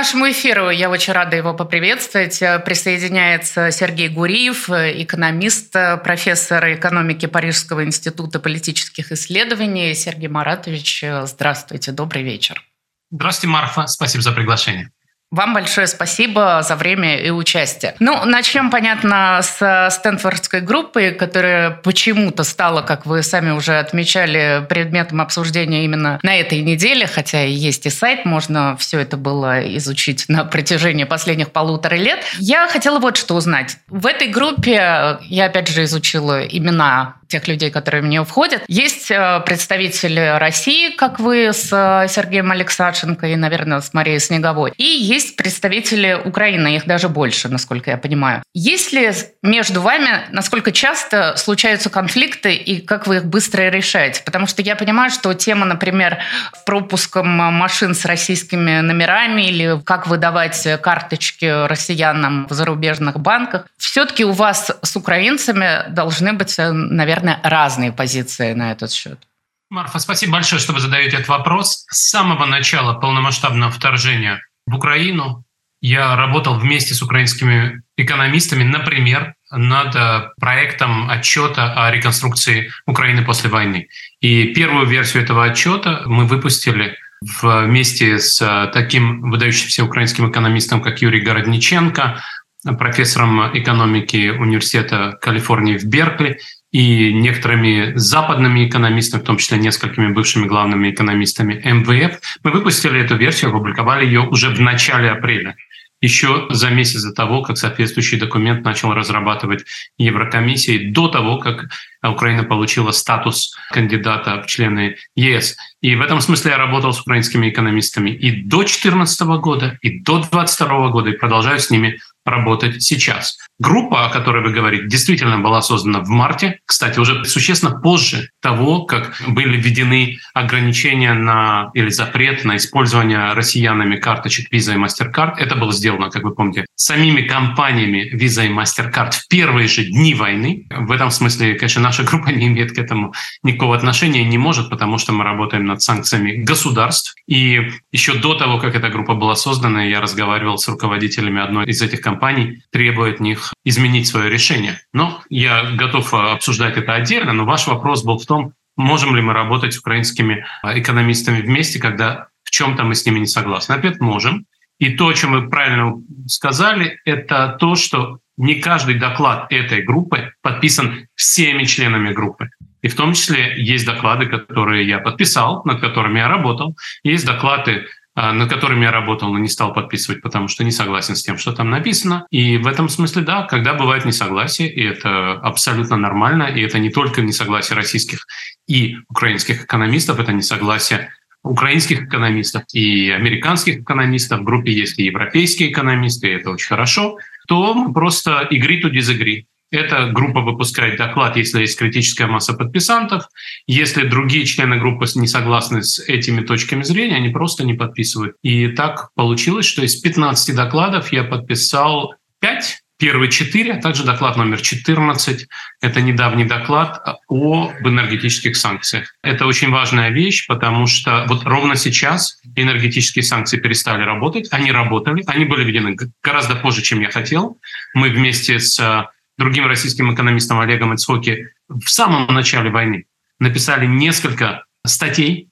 нашему эфиру, я очень рада его поприветствовать, присоединяется Сергей Гуриев, экономист, профессор экономики Парижского института политических исследований. Сергей Маратович, здравствуйте, добрый вечер. Здравствуйте, Марфа, спасибо за приглашение. Вам большое спасибо за время и участие. Начнем, понятно, с Стэнфордской группы, которая почему-то стала, как вы сами уже отмечали, предметом обсуждения именно на этой неделе, хотя и есть и сайт, можно все это было изучить на протяжении последних 1,5 лет. Я хотела вот что узнать. В этой группе, я опять же изучила имена тех людей, которые в нее входят. Есть представители России, как вы с Сергеем Алексашенко и, наверное, с Марией Снеговой. И есть представители Украины, их даже больше, насколько я понимаю. Есть ли между вами, насколько часто случаются конфликты и как вы их быстро решаете? Потому что я понимаю, что тема, например, пропуском машин с российскими номерами или как выдавать карточки россиянам в зарубежных банках, все-таки у вас с украинцами должны быть, наверное, разные позиции на этот счет. Марфа, спасибо большое, что вы задаете этот вопрос. С самого начала полномасштабного вторжения в Украину я работал вместе с украинскими экономистами, например, над проектом отчета о реконструкции Украины после войны. И первую версию этого отчета мы выпустили вместе с таким выдающимся украинским экономистом, как Юрий Городниченко, профессором экономики Университета Калифорнии в Беркли, и некоторыми западными экономистами, в том числе несколькими бывшими главными экономистами МВФ. Мы выпустили эту версию, опубликовали ее уже в начале апреля, еще за месяц до того, как соответствующий документ начал разрабатывать Еврокомиссия, до того, как Украина получила статус кандидата в члены ЕС. И в этом смысле я работал с украинскими экономистами и до 2014 года, и до 2022 года, и продолжаю с ними работать сейчас. Группа, о которой вы говорите, действительно была создана в марте. Кстати, уже существенно позже того, как были введены ограничения или запрет на использование россиянами карточек Visa и MasterCard. Это было сделано, как вы помните, самими компаниями Visa и MasterCard в первые же дни войны. В этом смысле, конечно, наша группа не имеет к этому никакого отношения, не может, потому что мы работаем над санкциями государств. И еще до того, как эта группа была создана, я разговаривал с руководителями одной из этих компаний, требуя от них изменить свое решение. Но я готов обсуждать это отдельно, но ваш вопрос был в том, можем ли мы работать с украинскими экономистами вместе, когда в чем-то мы с ними не согласны. Ответ — можем. И то, о чем вы правильно сказали, это то, что не каждый доклад этой группы подписан всеми членами группы. И в том числе есть доклады, которые я подписал, над которыми я работал. Есть доклады, над которыми я работал, но не стал подписывать, потому что не согласен с тем, что там написано. И в этом смысле, да, когда бывает несогласие, и это абсолютно нормально, и это не только несогласие российских и украинских экономистов, это несогласие украинских экономистов и американских экономистов, в группе есть и европейские экономисты, и это очень хорошо, то мы просто agree to disagree. Эта группа выпускает доклад, если есть критическая масса подписантов. Если другие члены группы не согласны с этими точками зрения, они просто не подписывают. И так получилось, что из 15 докладов я подписал 5. Первые 4, а также доклад номер 14. Это недавний доклад об энергетических санкциях. Это очень важная вещь, потому что вот ровно сейчас энергетические санкции перестали работать. Они работали, они были введены гораздо позже, чем я хотел. Мы вместе с другим российским экономистом Олегом Ицхоки в самом начале войны написали несколько статей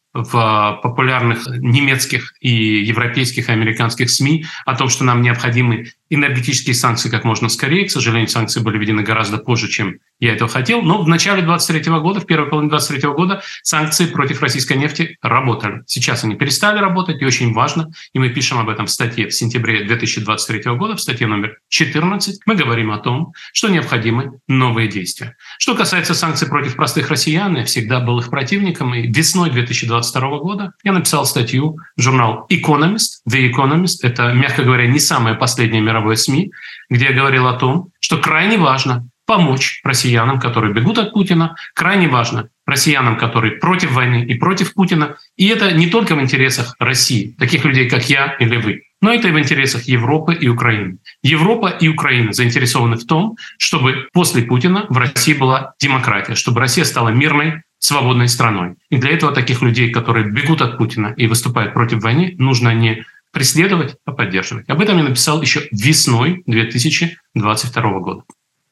в популярных немецких и европейских, и американских СМИ о том, что нам необходимы энергетические санкции как можно скорее. К сожалению, санкции были введены гораздо позже, чем я этого хотел. Но в начале 2023 года, в первой половине 2023 года санкции против российской нефти работали. Сейчас они перестали работать, и очень важно, и мы пишем об этом в статье в сентябре 2023 года, в статье номер 14, мы говорим о том, что необходимы новые действия. Что касается санкций против простых россиян, я всегда был их противником, и весной 2022 года я написал статью в журнал Economist. The Economist — это, мягко говоря, не самое последнее мировое СМИ, где я говорил о том, что крайне важно помочь россиянам, которые бегут от Путина, крайне важно россиянам, которые против войны и против Путина. И это не только в интересах России, таких людей, как я или вы, но это и в интересах Европы и Украины. Европа и Украина заинтересованы в том, чтобы после Путина в России была демократия, чтобы Россия стала мирной, свободной страной. И для этого таких людей, которые бегут от Путина и выступают против войны, нужно не преследовать, а поддерживать. Об этом я написал еще весной 2022 года.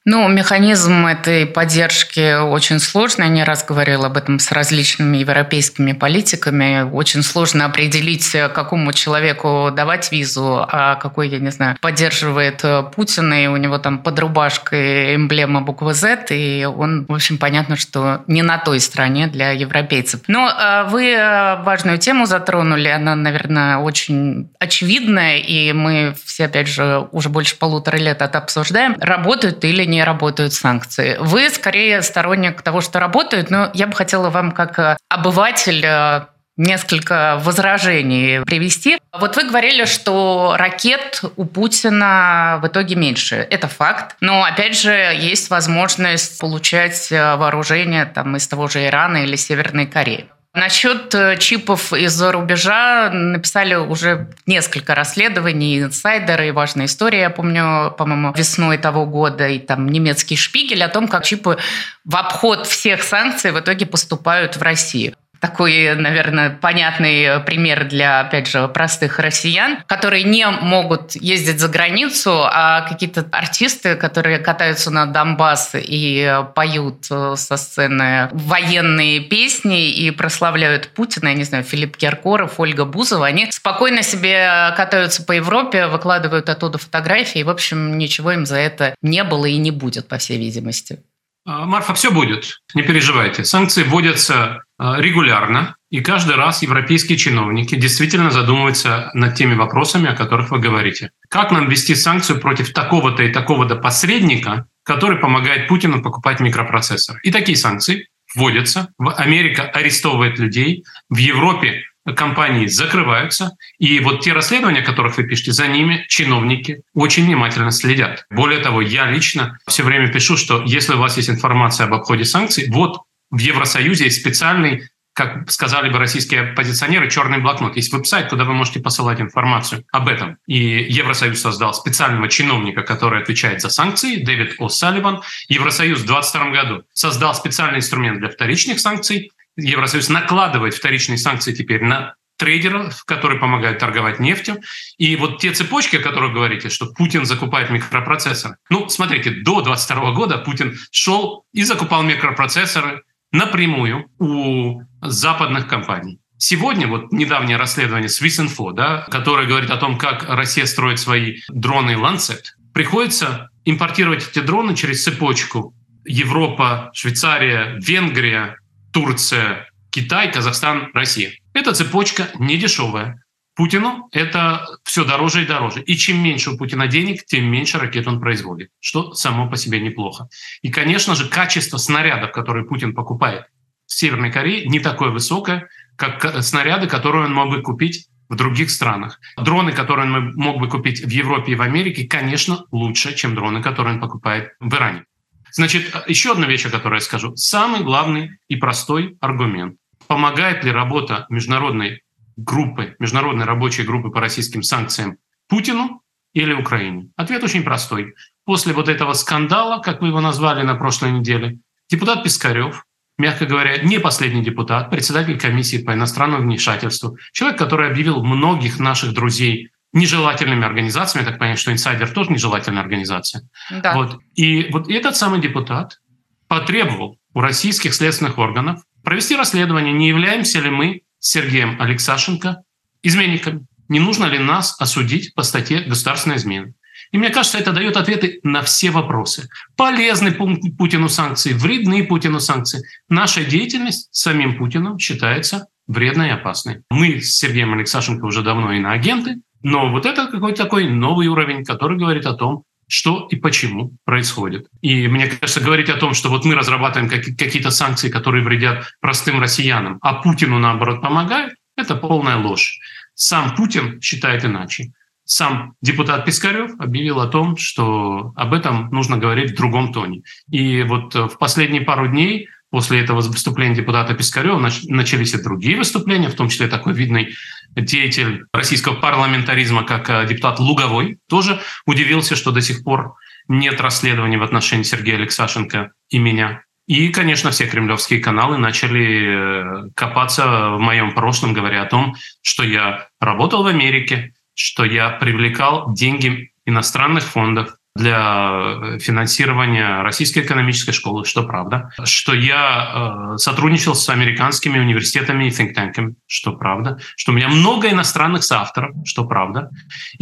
Механизм этой поддержки очень сложный. Я не раз говорила об этом с различными европейскими политиками. Очень сложно определить, какому человеку давать визу, а какой, я не знаю, поддерживает Путина, и у него там под рубашкой эмблема буквы Z, и он, в общем, понятно, что не на той стороне для европейцев. Но вы важную тему затронули, она, наверное, очень очевидная, и мы все, опять же, уже больше 1,5 лет это обсуждаем. Работают или не работают санкции. Вы скорее сторонник того, что работают, но я бы хотела вам как обыватель несколько возражений привести. Вот вы говорили, что ракет у Путина в итоге меньше. Это факт. Но, опять же, есть возможность получать вооружение там, из того же Ирана или Северной Кореи. Насчет чипов из-за рубежа написали уже несколько расследований, инсайдеры, и важная история, я помню, по-моему, весной того года, и там немецкий «Шпигель» о том, как чипы в обход всех санкций в итоге поступают в Россию. Такой, наверное, понятный пример для, опять же, простых россиян, которые не могут ездить за границу, а какие-то артисты, которые катаются на Донбасс и поют со сцены военные песни и прославляют Путина, я не знаю, Филипп Киркоров, Ольга Бузова, они спокойно себе катаются по Европе, выкладывают оттуда фотографии, и, в общем, ничего им за это не было и не будет, по всей видимости. Марфа, все будет, не переживайте. Санкции вводятся регулярно, и каждый раз европейские чиновники действительно задумываются над теми вопросами, о которых вы говорите. Как нам ввести санкцию против такого-то и такого-то посредника, который помогает Путину покупать микропроцессоры? И такие санкции вводятся. Америка арестовывает людей, в Европе компании закрываются, и вот те расследования, о которых вы пишете, за ними чиновники очень внимательно следят. Более того, я лично все время пишу, что если у вас есть информация об обходе санкций, вот в Евросоюзе есть специальный, как сказали бы российские оппозиционеры, черный блокнот. Есть веб-сайт, куда вы можете посылать информацию об этом. И Евросоюз создал специального чиновника, который отвечает за санкции, Дэвид О'Салливан. Евросоюз в 2022 году создал специальный инструмент для вторичных санкций. Евросоюз накладывает вторичные санкции теперь на трейдеров, которые помогают торговать нефтью. И вот те цепочки, о которых говорите, что Путин закупает микропроцессоры. Смотрите, до 2022 года Путин шел и закупал микропроцессоры напрямую у западных компаний. Сегодня вот недавнее расследование Swissinfo, которое говорит о том, как Россия строит свои дроны Lancet, приходится импортировать эти дроны через цепочку Европа, Швейцария, Венгрия, Турция, Китай, Казахстан, Россия. Эта цепочка не дешевая. Путину это все дороже и дороже. И чем меньше у Путина денег, тем меньше ракет он производит, что само по себе неплохо. И, конечно же, качество снарядов, которые Путин покупает в Северной Корее, не такое высокое, как снаряды, которые он мог бы купить в других странах. Дроны, которые он мог бы купить в Европе и в Америке, конечно, лучше, чем дроны, которые он покупает в Иране. Значит, еще одна вещь, о которой я скажу. Самый главный и простой аргумент. Помогает ли работа международной рабочей группы по российским санкциям Путину или Украине? Ответ очень простой. После вот этого скандала, как вы его назвали на прошлой неделе, депутат Пискарев, мягко говоря, не последний депутат, председатель комиссии по иностранному вмешательству, человек, который объявил многих наших друзей нежелательными организациями, я так понимаю, что инсайдер тоже нежелательная организация. Да. И вот этот самый депутат потребовал у российских следственных органов провести расследование, не являемся ли мы с Сергеем Алексашенко изменниками, не нужно ли нас осудить по статье «Государственная измена». И мне кажется, это дает ответы на все вопросы. Полезны Путину санкции, вредны Путину санкции. Наша деятельность с самим Путиным считается вредной и опасной. Мы с Сергеем Алексашенко уже давно иноагенты, но вот это какой-то такой новый уровень, который говорит о том, что и почему происходит. И мне кажется, говорить о том, что вот мы разрабатываем какие-то санкции, которые вредят простым россиянам, а Путину, наоборот, помогают, это полная ложь. Сам Путин считает иначе. Сам депутат Пискарев объявил о том, что об этом нужно говорить в другом тоне. И вот в последние пару дней после этого выступления депутата Пискарева начались и другие выступления, в том числе такой видный деятель российского парламентаризма, как депутат Луговой, тоже удивился, что до сих пор нет расследования в отношении Сергея Алексашенко и меня. И, конечно, все кремлевские каналы начали копаться в моем прошлом, говоря о том, что я работал в Америке, что я привлекал деньги иностранных фондов для финансирования Российской экономической школы, что правда, что я сотрудничал с американскими университетами и think-танками, что правда, что у меня много иностранных соавторов, что правда.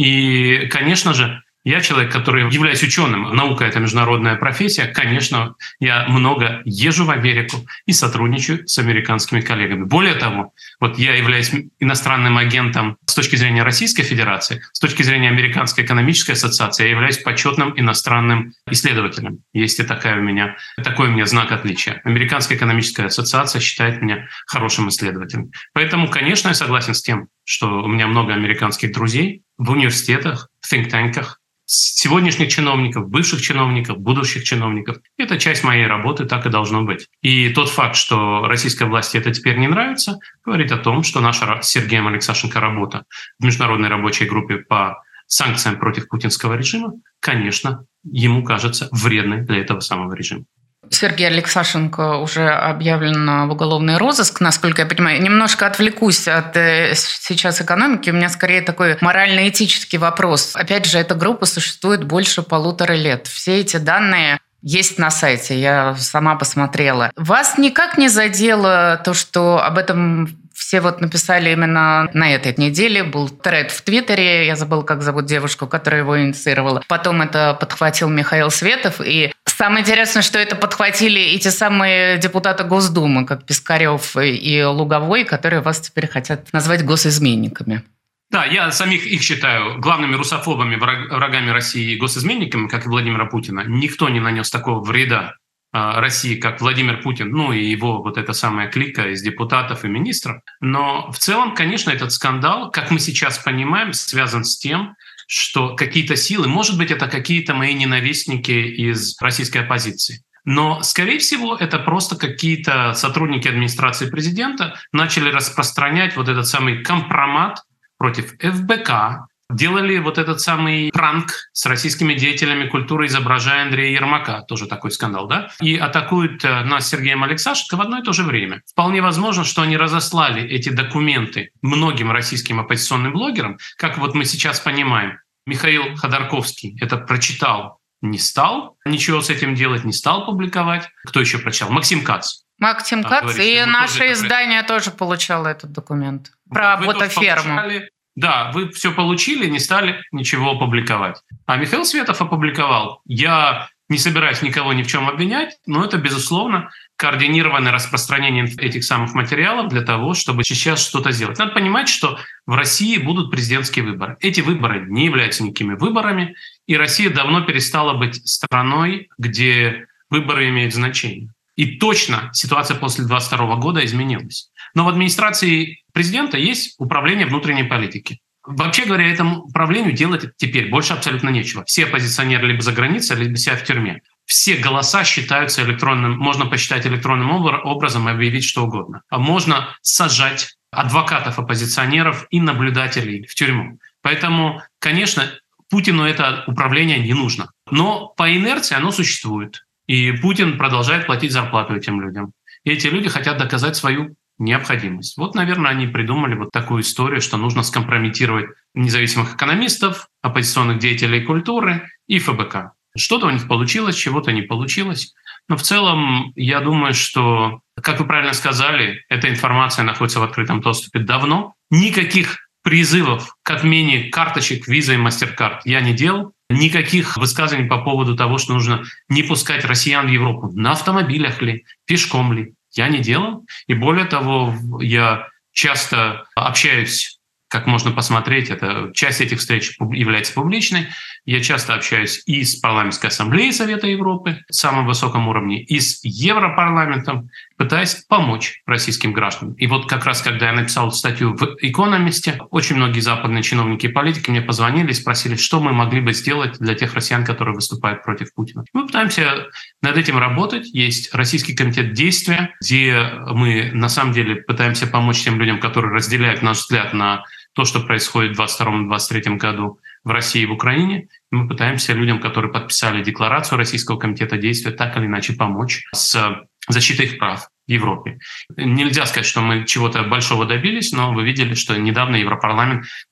И, конечно же, я человек, который являюсь ученым, наука — это международная профессия. Конечно, я много езжу в Америку и сотрудничаю с американскими коллегами. Более того, вот я являюсь иностранным агентом с точки зрения Российской Федерации, с точки зрения Американской экономической ассоциации, я являюсь почетным иностранным исследователем. Есть и такой у меня знак отличия. Американская экономическая ассоциация считает меня хорошим исследователем. Поэтому, конечно, я согласен с тем, что у меня много американских друзей в университетах, в think-танках, сегодняшних чиновников, бывших чиновников, будущих чиновников. Это часть моей работы, так и должно быть. И тот факт, что российской власти это теперь не нравится, говорит о том, что наша с Сергеем Алексашенко работа в международной рабочей группе по санкциям против путинского режима, конечно, ему кажется вредной для этого самого режима. Сергей Алексашенко уже объявлен в уголовный розыск, насколько я понимаю. Немножко отвлекусь от сейчас экономики. У меня скорее такой морально-этический вопрос. Опять же, эта группа существует больше 1,5 лет. Все эти данные есть на сайте, я сама посмотрела. Вас никак не задело то, что об этом все вот написали именно на этой неделе? Был тред в Твиттере, я забыла, как зовут девушку, которая его инициировала. Потом это подхватил Михаил Светов. И самое интересное, что это подхватили эти самые депутаты Госдумы, как Пискарев и Луговой, которые вас теперь хотят назвать госизменниками. Да, я самих их считаю главными русофобами, врагами России и госизменниками, как и Владимира Путина. Никто не нанес такого вреда России, как Владимир Путин, ну и его вот эта самая клика из депутатов и министров. Но в целом, конечно, этот скандал, как мы сейчас понимаем, связан с тем, что какие-то силы, может быть, это какие-то мои ненавистники из российской оппозиции, но, скорее всего, это просто какие-то сотрудники администрации президента начали распространять вот этот самый компромат против ФБК, делали вот этот самый пранк с российскими деятелями культуры, изображая Андрея Ермака, тоже такой скандал, да, и атакуют нас с Сергеем Алексашенко в одно и то же время. Вполне возможно, что они разослали эти документы многим российским оппозиционным блогерам, как вот мы сейчас понимаем. Михаил Ходорковский это прочитал, не стал ничего с этим делать, не стал публиковать. Кто еще прочитал? Максим Кац. Максим Кац, и наше издание тоже получало этот документ про ботаферму. Да, вы все получили, не стали ничего публиковать. А Михаил Светов опубликовал. Я не собираюсь никого ни в чем обвинять, но это, безусловно, координированное распространение этих самых материалов для того, чтобы сейчас что-то сделать. Надо понимать, что в России будут президентские выборы. Эти выборы не являются никакими выборами, и Россия давно перестала быть страной, где выборы имеют значение. И точно ситуация после 2022 года изменилась. Но в администрации президента есть управление внутренней политики. Вообще говоря, этому управлению делать теперь больше абсолютно нечего. Все оппозиционеры либо за границей, либо себя в тюрьме. Все голоса считаются электронным, можно посчитать электронным образом и объявить что угодно. А можно сажать адвокатов-оппозиционеров и наблюдателей в тюрьму. Поэтому, конечно, Путину это управление не нужно. Но по инерции оно существует. И Путин продолжает платить зарплату этим людям. И эти люди хотят доказать свою необходимость. Вот, наверное, они придумали вот такую историю, что нужно скомпрометировать независимых экономистов, оппозиционных деятелей культуры и ФБК. Что-то у них получилось, чего-то не получилось. Но в целом, я думаю, что, как вы правильно сказали, эта информация находится в открытом доступе давно. Никаких призывов к отмене карточек Visa и MasterCard я не делал. Никаких высказываний по поводу того, что нужно не пускать россиян в Европу. На автомобилях ли, пешком ли, я не делал. И более того, я часто общаюсь, как можно посмотреть, часть этих встреч является публичной. Я часто общаюсь и с парламентской ассамблеей Совета Европы на самом высоком уровне, и с Европарламентом, пытаясь помочь российским гражданам. И вот как раз, когда я написал статью в «Экономисте», очень многие западные чиновники и политики мне позвонили и спросили, что мы могли бы сделать для тех россиян, которые выступают против Путина. Мы пытаемся над этим работать. Есть Российский комитет действия, где мы на самом деле пытаемся помочь тем людям, которые разделяют наш взгляд на то, что происходит в 2022-2023 году в России и в Украине. Мы пытаемся людям, которые подписали декларацию Российского комитета действия, так или иначе помочь с защитой их прав в Европе. Нельзя сказать, что мы чего-то большого добились, но вы видели, что недавно Европарламент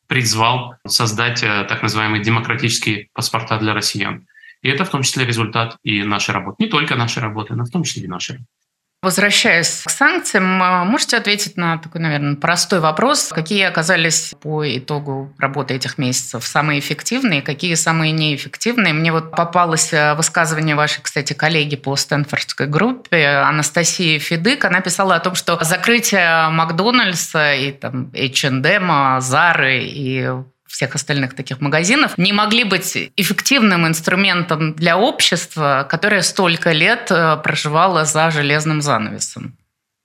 призвал создать так называемые демократические паспорта для россиян. И это в том числе результат и нашей работы. Не только нашей работы, но в том числе и нашей. Возвращаясь к санкциям, можете ответить на такой, наверное, простой вопрос. Какие оказались по итогу работы этих месяцев самые эффективные, какие самые неэффективные? Мне вот попалось высказывание вашей, кстати, коллеги по Стэнфордской группе Анастасии Федык. Она писала о том, что закрытие Макдональдса и там H&M, Зары и всех остальных таких магазинов не могли быть эффективным инструментом для общества, которое столько лет проживало за железным занавесом.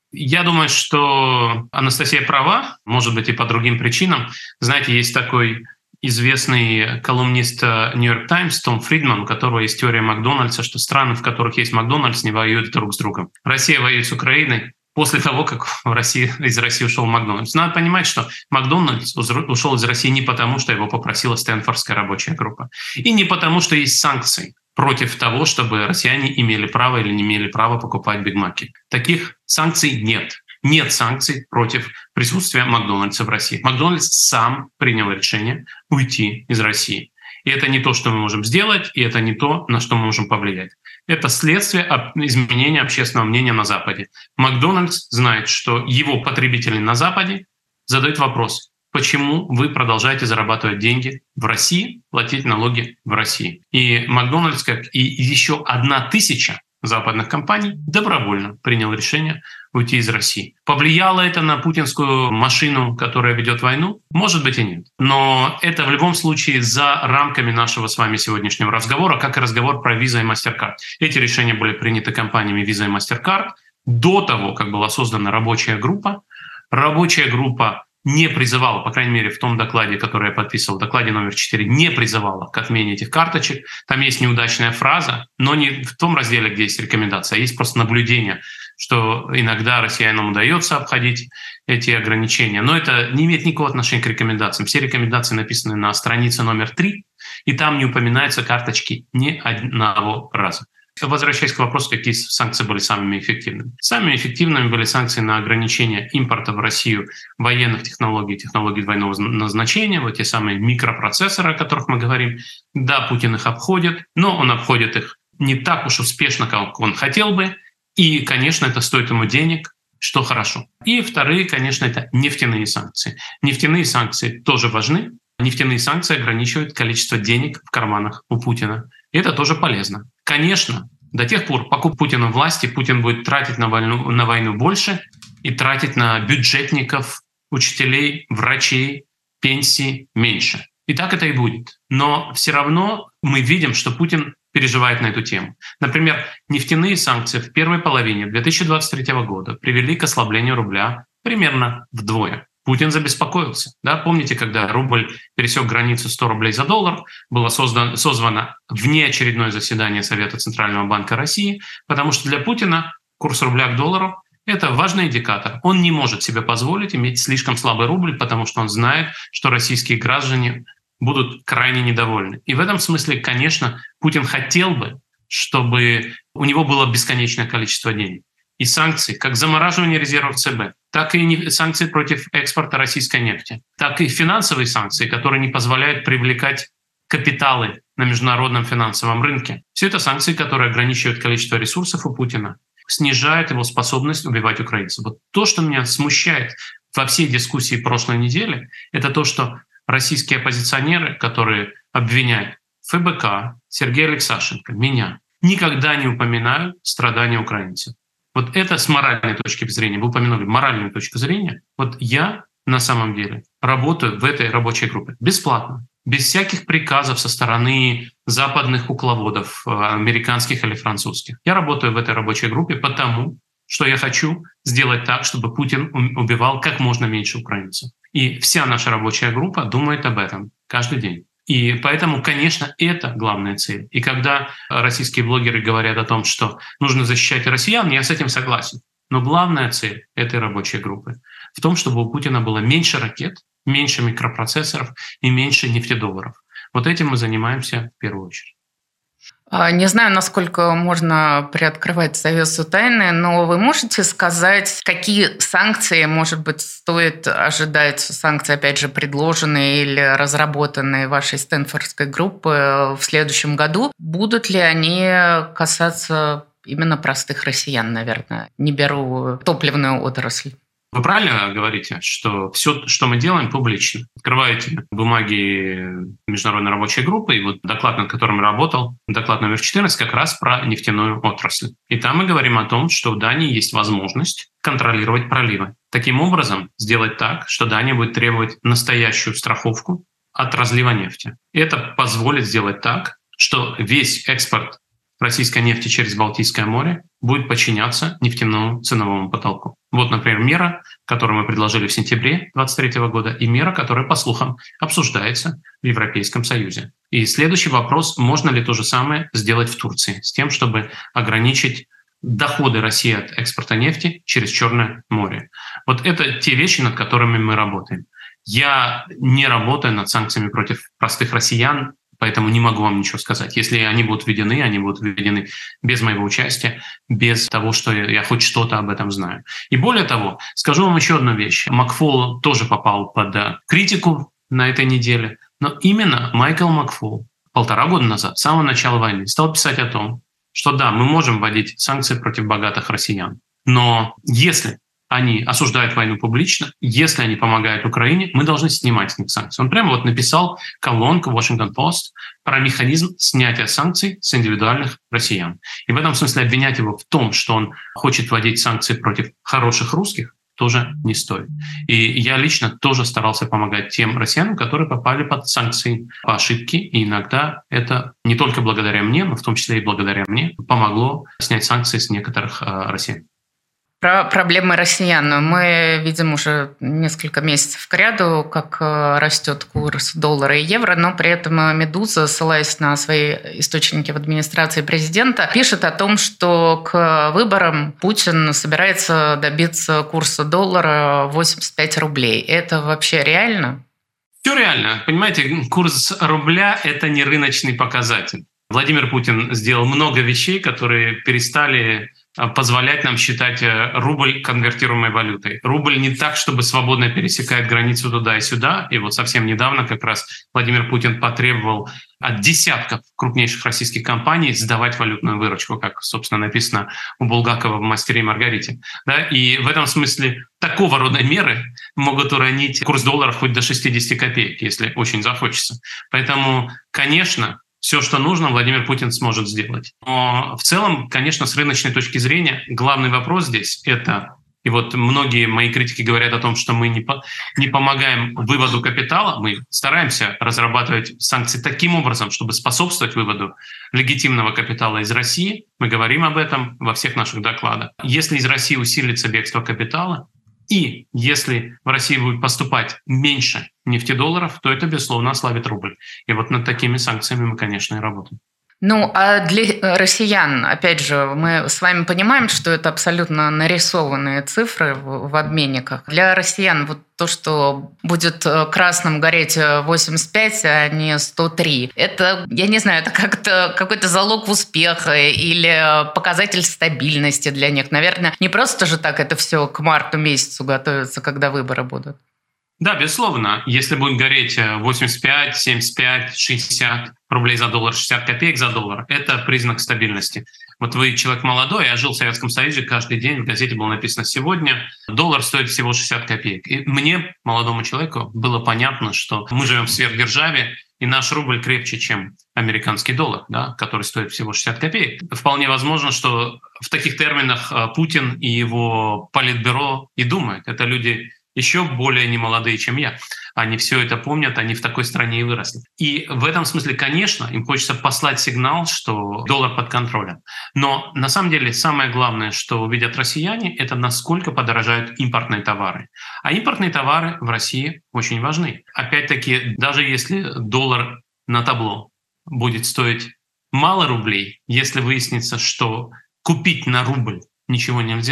Я думаю, что Анастасия права, может быть, и по другим причинам. Знаете, есть такой известный колумнист «Нью-Йорк Таймс» Том Фридман, у которого есть теория Макдональдса, что страны, в которых есть Макдональдс, не воюют друг с другом. Россия воюет с Украиной после того, как из России ушел Макдональдс. Надо понимать, что Макдональдс ушел из России не потому, что его попросила Стэнфордская рабочая группа, и не потому, что есть санкции против того, чтобы россияне имели право или не имели права покупать бигмаки. Таких санкций нет. Нет санкций против присутствия Макдональдса в России. Макдональдс сам принял решение уйти из России. И это не то, что мы можем сделать, и это не то, на что мы можем повлиять. Это следствие изменения общественного мнения на Западе. Макдональдс знает, что его потребители на Западе задают вопрос, почему вы продолжаете зарабатывать деньги в России, платить налоги в России. И Макдональдс, как и еще 1000 западных компаний, добровольно принял решение уйти из России. Повлияло это на путинскую машину, которая ведет войну? Может быть и нет. Но это в любом случае за рамками нашего с вами сегодняшнего разговора, как и разговор про Visa и MasterCard. Эти решения были приняты компаниями Visa и MasterCard до того, как была создана рабочая группа. Рабочая группа не призывала, по крайней мере, в том докладе, который я подписывал, в докладе номер 4, не призывала к отмене этих карточек. Там есть неудачная фраза, но не в том разделе, где есть рекомендация, а есть просто наблюдение, что иногда россиянам удается обходить эти ограничения. Но это не имеет никакого отношения к рекомендациям. Все рекомендации написаны на странице номер 3, и там не упоминаются карточки ни одного раза. Возвращаясь к вопросу, какие санкции были самыми эффективными. Самыми эффективными были санкции на ограничение импорта в Россию военных технологий, технологий двойного назначения, вот те самые микропроцессоры, о которых мы говорим. Да, Путин их обходит, но он обходит их не так уж успешно, как он хотел бы. И, конечно, это стоит ему денег, что хорошо. И вторые, конечно, это нефтяные санкции. Нефтяные санкции тоже важны. Нефтяные санкции ограничивают количество денег в карманах у Путина. И это тоже полезно. Конечно, до тех пор, пока Путин у власти, Путин будет тратить на войну больше и тратить на бюджетников, учителей, врачей, пенсии меньше. И так это и будет. Но все равно мы видим, что Путин переживает на эту тему. Например, нефтяные санкции в первой половине 2023 года привели к ослаблению рубля примерно вдвое. Путин забеспокоился. Да? Помните, когда рубль пересек границу 100 рублей за доллар, было созвано внеочередное заседание Совета Центрального банка России, потому что для Путина курс рубля к доллару – это важный индикатор. Он не может себе позволить иметь слишком слабый рубль, потому что он знает, что российские граждане будут крайне недовольны. И в этом смысле, конечно, Путин хотел бы, чтобы у него было бесконечное количество денег. И санкции, как замораживание резервов ЦБ, так и санкции против экспорта российской нефти, так и финансовые санкции, которые не позволяют привлекать капиталы на международном финансовом рынке. Все это санкции, которые ограничивают количество ресурсов у Путина, снижают его способность убивать украинцев. Вот то, что меня смущает во всей дискуссии прошлой недели, это то, что российские оппозиционеры, которые обвиняют ФБК, Сергея Алексашенко, меня, никогда не упоминают страдания украинцев. Вот это с моральной точки зрения, вы упомянули моральную точку зрения, вот я на самом деле работаю в этой рабочей группе бесплатно, без всяких приказов со стороны западных кукловодов, американских или французских. Я работаю в этой рабочей группе потому, что я хочу сделать так, чтобы Путин убивал как можно меньше украинцев. И вся наша рабочая группа думает об этом каждый день. И поэтому, конечно, это главная цель. И когда российские блогеры говорят о том, что нужно защищать россиян, я с этим согласен. Но главная цель этой рабочей группы в том, чтобы у Путина было меньше ракет, меньше микропроцессоров и меньше нефтедолларов. Вот этим мы занимаемся в первую очередь. Не знаю, насколько можно приоткрывать завесу тайны, но вы можете сказать, какие санкции, может быть, стоит ожидать, санкции, опять же, предложенные или разработанные вашей Стэнфордской группы в следующем году? Будут ли они касаться именно простых россиян, наверное? Не беру топливную отрасль. Вы правильно говорите, что все, что мы делаем, публично. Открываете бумаги Международной рабочей группы, и вот доклад, над которым я работал, доклад номер 14, как раз про нефтяную отрасль. И там мы говорим о том, что в Дании есть возможность контролировать проливы. Таким образом, сделать так, что Дания будет требовать настоящую страховку от разлива нефти. Это позволит сделать так, что весь экспорт российской нефти через Балтийское море будет подчиняться нефтяному ценовому потолку. Вот, например, мера, которую мы предложили в сентябре 2023 года, и мера, которая, по слухам, обсуждается в Европейском Союзе. И следующий вопрос, можно ли то же самое сделать в Турции, с тем, чтобы ограничить доходы России от экспорта нефти через Черное море. Вот это те вещи, над которыми мы работаем. Я не работаю над санкциями против простых россиян, поэтому не могу вам ничего сказать. Если они будут введены без моего участия, без того, что я хоть что-то об этом знаю. И более того, скажу вам еще одну вещь. Макфол тоже попал под критику на этой неделе, но именно Майкл Макфол 1,5 года назад, с самого начала войны, стал писать о том, что да, мы можем вводить санкции против богатых россиян, но если они осуждают войну публично, если они помогают Украине, мы должны снимать с них санкции. Он прямо вот написал колонку в Washington Post про механизм снятия санкций с индивидуальных россиян. И в этом смысле обвинять его в том, что он хочет вводить санкции против хороших русских, тоже не стоит. И я лично тоже старался помогать тем россиянам, которые попали под санкции по ошибке. И иногда это не только благодаря мне, но в том числе и благодаря мне помогло снять санкции с некоторых россиян. Про проблемы россиян. Мы видим уже несколько месяцев кряду, как растет курс доллара и евро, но при этом «Медуза», ссылаясь на свои источники в администрации президента, пишет о том, что к выборам Путин собирается добиться курса доллара 85 рублей. Это вообще реально? Все реально. Понимаете, курс рубля – это не рыночный показатель. Владимир Путин сделал много вещей, которые перестали позволять нам считать рубль конвертируемой валютой. Рубль не так, чтобы свободно пересекает границу туда и сюда. И вот совсем недавно как раз Владимир Путин потребовал от десятков крупнейших российских компаний сдавать валютную выручку, как, собственно, написано у Булгакова в «Мастере и Маргарите». Да? И в этом смысле такого рода меры могут уронить курс доллара хоть до 60 копеек, если очень захочется. Поэтому, конечно, все, что нужно, Владимир Путин сможет сделать. Но в целом, конечно, с рыночной точки зрения, главный вопрос здесь — это, и вот многие мои критики говорят о том, что мы не помогаем выводу капитала, мы стараемся разрабатывать санкции таким образом, чтобы способствовать выводу легитимного капитала из России. Мы говорим об этом во всех наших докладах. Если из России усилится бегство капитала, и если в России будет поступать меньше нефтедолларов, то это, безусловно, ослабит рубль. И вот над такими санкциями мы, конечно, и работаем. Ну, а для россиян, опять же, мы с вами понимаем, что это абсолютно нарисованные цифры в обменниках. Для россиян вот то, что будет красным гореть 85, а не 103, это, я не знаю, это как-то какой-то залог успеха или показатель стабильности для них. Наверное, не просто же так это все к марту месяцу готовится, когда выборы будут. Да, безусловно. Если будет гореть 85, 75, 60 рублей за доллар, 60 копеек за доллар, это признак стабильности. Вот вы человек молодой, я жил в Советском Союзе, каждый день в газете было написано «Сегодня доллар стоит всего 60 копеек». И мне, молодому человеку, было понятно, что мы живем в сверхдержаве, и наш рубль крепче, чем американский доллар, да, который стоит всего 60 копеек. Вполне возможно, что в таких терминах Путин и его политбюро и думают. Это люди еще более немолодые, чем я. Они все это помнят, они в такой стране и выросли. И в этом смысле, конечно, им хочется послать сигнал, что доллар под контролем. Но на самом деле самое главное, что увидят россияне, это насколько подорожают импортные товары. А импортные товары в России очень важны. Опять-таки, даже если доллар на табло будет стоить мало рублей, если выяснится, что купить на рубль ничего нельзя,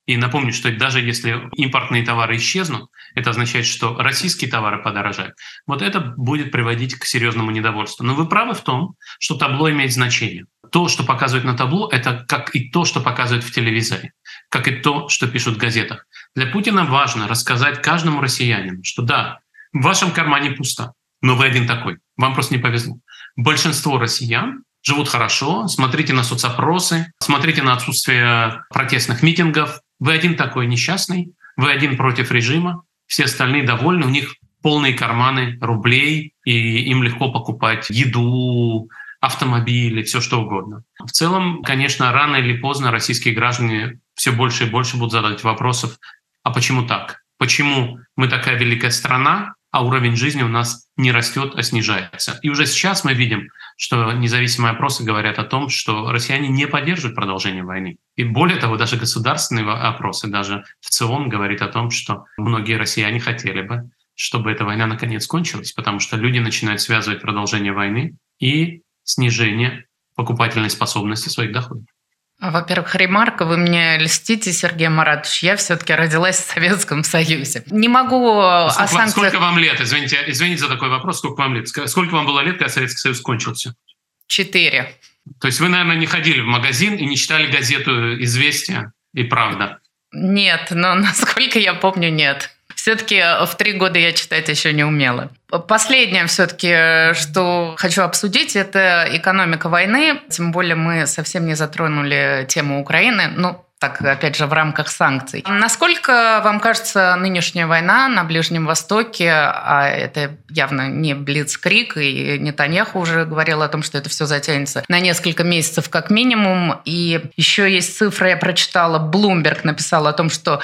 И напомню, что даже если импортные товары исчезнут, это означает, что российские товары подорожают. Вот это будет приводить к серьезному недовольству. Но вы правы в том, что табло имеет значение. То, что показывают на табло, это как и то, что показывают в телевизоре, как и то, что пишут в газетах. Для Путина важно рассказать каждому россиянину, что да, в вашем кармане пусто, но вы один такой. Вам просто не повезло. Большинство россиян живут хорошо, смотрите на соцопросы, смотрите на отсутствие протестных митингов. Вы один такой несчастный, вы один против режима, все остальные довольны, у них полные карманы рублей, и им легко покупать еду, автомобили, все что угодно. В целом, конечно, рано или поздно российские граждане все больше и больше будут задавать вопросов, а почему так? Почему мы такая великая страна, а уровень жизни у нас не растет, а снижается? И уже сейчас мы видим, что независимые опросы говорят о том, что россияне не поддерживают продолжение войны. И более того, даже государственные опросы, даже в ЦИОМ говорит о том, что многие россияне хотели бы, чтобы эта война наконец кончилась, потому что люди начинают связывать продолжение войны и снижение покупательной способности своих доходов. Во-первых, ремарка, вы мне льстите, Сергей Маратович, я все-таки родилась в Советском Союзе. Не могу о санкциях... Сколько вам лет? Извините за такой вопрос, сколько вам лет? Сколько вам было лет, когда Советский Союз кончился? 4. То есть вы, наверное, не ходили в магазин и не читали газету «Известия» и «Правда»? Нет, но насколько я помню, нет. Все-таки в 3 года я читать еще не умела. Последнее все-таки, что хочу обсудить, это экономика войны. Тем более мы совсем не затронули тему Украины. Так, опять же, в рамках санкций. Насколько вам кажется, нынешняя война на Ближнем Востоке, а это явно не блицкриг, и Нетаньяху уже говорил о том, что это все затянется на несколько месяцев как минимум, и еще есть цифра, я прочитала, Bloomberg написал о том, что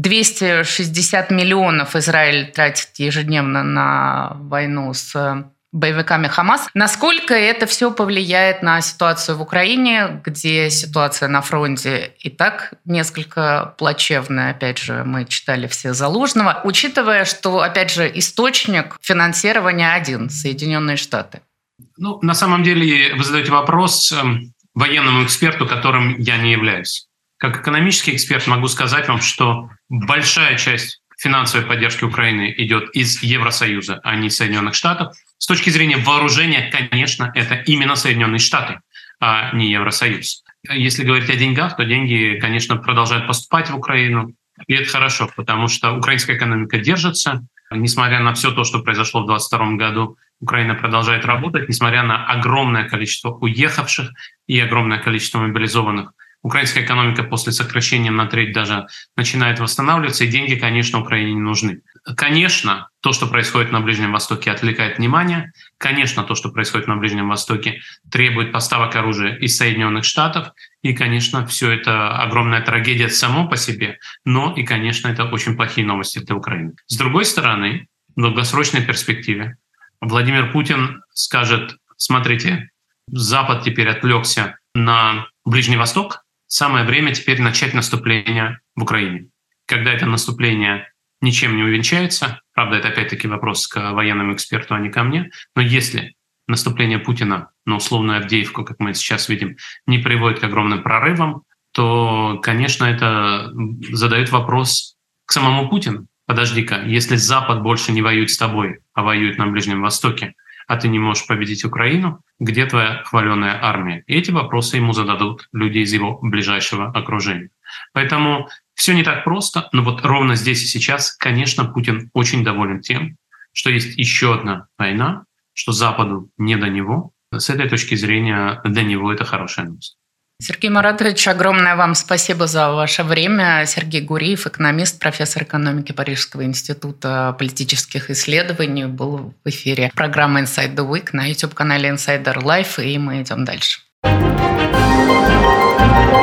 260 миллионов Израиль тратит ежедневно на войну с боевиками Хамас. Насколько это все повлияет на ситуацию в Украине, где ситуация на фронте и так несколько плачевная? Опять же, мы читали все Залужного. Учитывая, что, опять же, источник финансирования один – Соединенные Штаты. На самом деле вы задаете вопрос военному эксперту, которым я не являюсь. Как экономический эксперт могу сказать вам, что большая часть финансовой поддержки Украины идет из Евросоюза, а не из Соединенных Штатов. С точки зрения вооружения, конечно, это именно Соединенные Штаты, а не Евросоюз. Если говорить о деньгах, то деньги, конечно, продолжают поступать в Украину. И это хорошо, потому что украинская экономика держится. Несмотря на все то, что произошло в 2022 году, Украина продолжает работать, несмотря на огромное количество уехавших и огромное количество мобилизованных. Украинская экономика после сокращения на треть даже начинает восстанавливаться, и деньги, конечно, Украине не нужны. Конечно, то, что происходит на Ближнем Востоке, отвлекает внимание. Конечно, то, что происходит на Ближнем Востоке, требует поставок оружия из Соединенных Штатов. И, конечно, все это огромная трагедия само по себе, но и, конечно, это очень плохие новости для Украины. С другой стороны, в долгосрочной перспективе Владимир Путин скажет: смотрите, Запад теперь отвлекся на Ближний Восток, самое время теперь начать наступление в Украине. Когда это наступление ничем не увенчается, правда, это опять-таки вопрос к военному эксперту, а не ко мне, но если наступление Путина на условную Авдеевку, как мы сейчас видим, не приводит к огромным прорывам, то, конечно, это задает вопрос к самому Путину. Подожди-ка, если Запад больше не воюет с тобой, а воюет на Ближнем Востоке, а ты не можешь победить Украину, где твоя хваленая армия? И эти вопросы ему зададут люди из его ближайшего окружения. Поэтому все не так просто, но вот ровно здесь и сейчас, конечно, Путин очень доволен тем, что есть еще одна война, что Западу не до него. С этой точки зрения для него это хорошая новость. Сергей Маратович, огромное вам спасибо за ваше время. Сергей Гуриев, экономист, профессор экономики Парижского института политических исследований, был в эфире программы Inside the Week на YouTube-канале Insider Life, и мы идем дальше.